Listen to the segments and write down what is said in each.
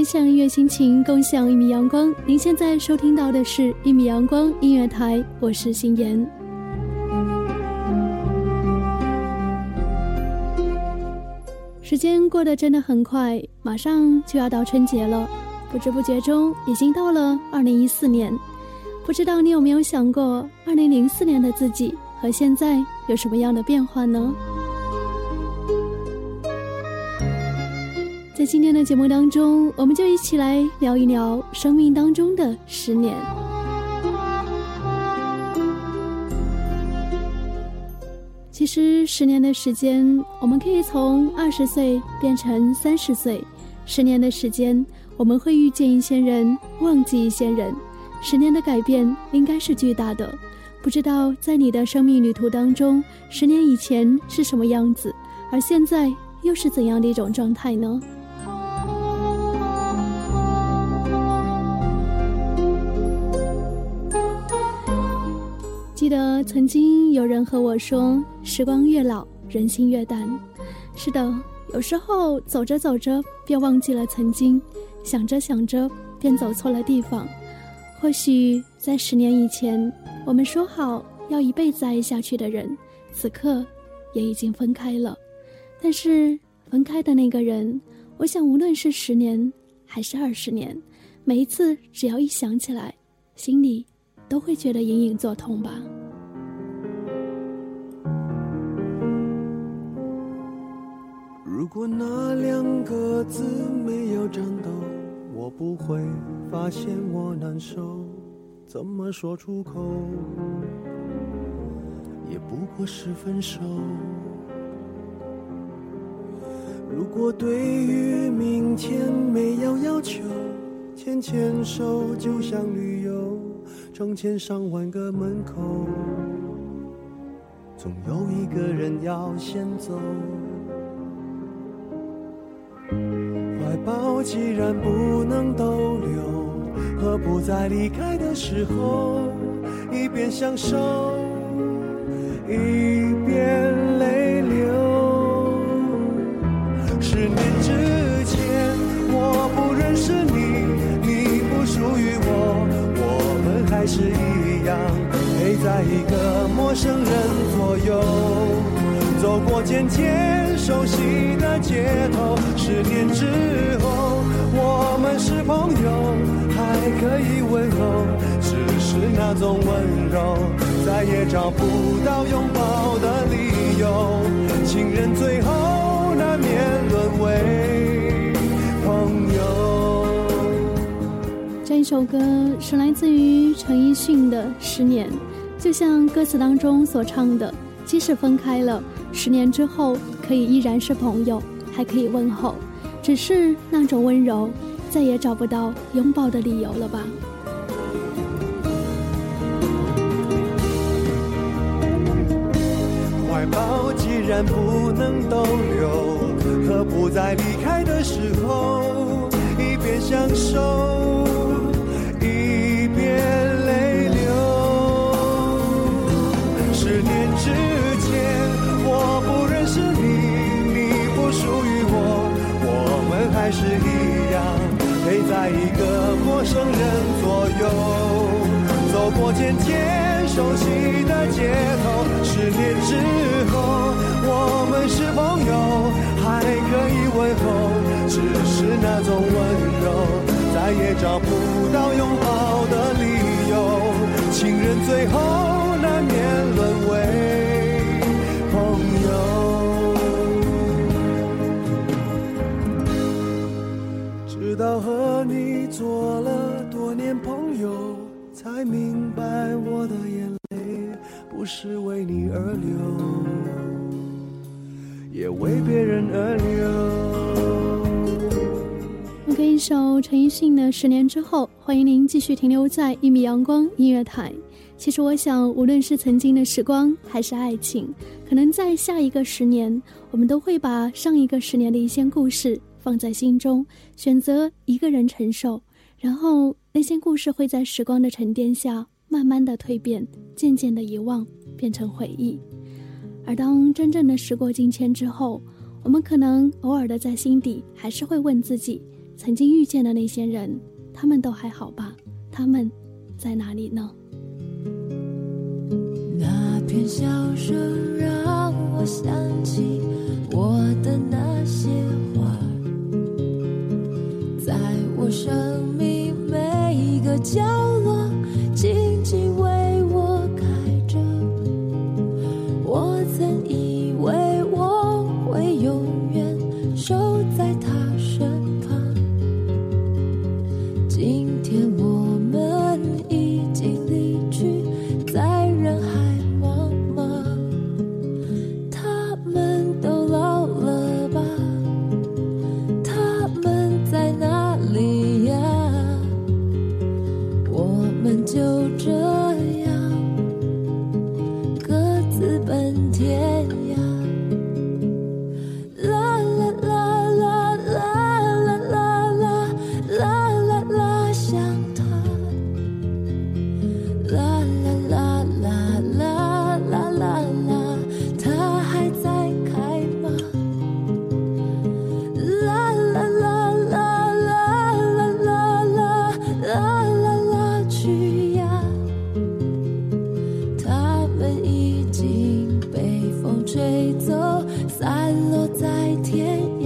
分享音乐心情，共享一米阳光。您现在收听到的是一米阳光音乐台，我是心妍。时间过得真的很快，马上就要到春节了，不知不觉中已经到了2014年。不知道你有没有想过2004年的自己和现在有什么样的变化呢？在今天的节目当中，我们就一起来聊一聊生命当中的10年。其实10年的时间，我们可以从20岁变成30岁。10年的时间，我们会遇见一些人，忘记一些人。10年的改变应该是巨大的。不知道在你的生命旅途当中，10年以前是什么样子，而现在又是怎样的一种状态呢？记得曾经有人和我说，时光越老，人心越淡。是的，有时候走着走着便忘记了曾经，想着想着便走错了地方。或许在10年以前，我们说好要一辈子爱下去的人，此刻也已经分开了。但是分开的那个人，我想无论是10年还是20年，每一次只要一想起来，心里都会觉得隐隐作痛吧。 如果那2个字没有颤抖，我不会发现我难受，怎么说出口，也不过是分手。如果对于明天没有要求，牵牵手就像旅游，成千上万个门口，总有一个人要先走。怀抱既然不能逗留，何不在离开的时候，一边享受，一边泪流。10年之前我不认识你，你不属于我，我们还是一样陪在一个陌生人左右，走过渐渐熟悉的街头。10年之后我们是朋友，还可以问候，只是那种温柔再也找不到拥抱的理由，情人最后难免沦为朋友。 这一首歌是来自于陈奕迅的《10年》，就像歌词当中所唱的，即使分开了，10年之后可以依然是朋友，还可以问候，只是那种温柔再也找不到拥抱的理由了吧。 怀抱既然不能逗留，何不在离开的时候，一边享受，一边泪流。10年之前我不认识你，你不属于我，我们还是一样陪在一个陌生人左右，走过渐渐熟悉的街头。10年之后我们是朋友，还可以问候，只是那种温柔再也找不到拥抱的理由，情人最后难免沦为朋友。直到和你做了多年朋友，才明白我的眼泪不是为你而流，也为别人而流。 给一首陈奕迅的《10年之后》，欢迎您继续停留在1米阳光音乐台。其实我想，无论是曾经的时光还是爱情，可能在下一个10年，我们都会把上一个10年的一些故事放在心中，选择一个人承受，然后那些故事会在时光的沉淀下慢慢的蜕变，渐渐的遗忘，变成回忆。而当真正的时过境迁之后，我们可能偶尔的在心底还是会问自己， 曾经遇见的那些人，他们都还好吧？他们在哪里呢？ 那片笑声让我想起我的那些花，在我生命每一个角落静静为我开着。我曾以为我会永远守在他身旁，今天我们已经离去，在人海茫茫。他们都老了吧？他们在哪里呀？我们就这样各自奔天涯。啦啦啦啦啦啦啦啦啦啦啦，想他。啦啦啦啦啦啦啦啦，他还在开吗？啦啦啦啦啦啦啦啦啦啦啦，去呀！他们已经被风吹走，散落在天涯。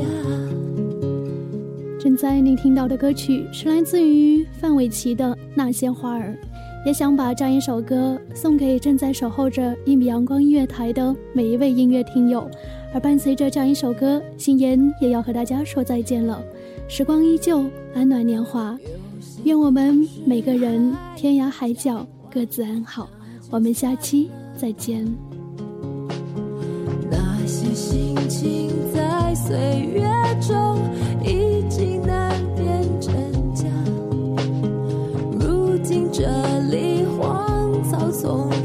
正在您听到的歌曲是来自于范玮琪的《那些花儿》，也想把这样一首歌送给正在守候着1米阳光音乐台的每一位音乐听友。而伴随着这样一首歌，心妍也要和大家说再见了。时光依旧，安暖年华，愿我们每个人天涯海角各自安好。我们下期再见。 那些心情在岁月中已经难辨真假，如今这里荒草丛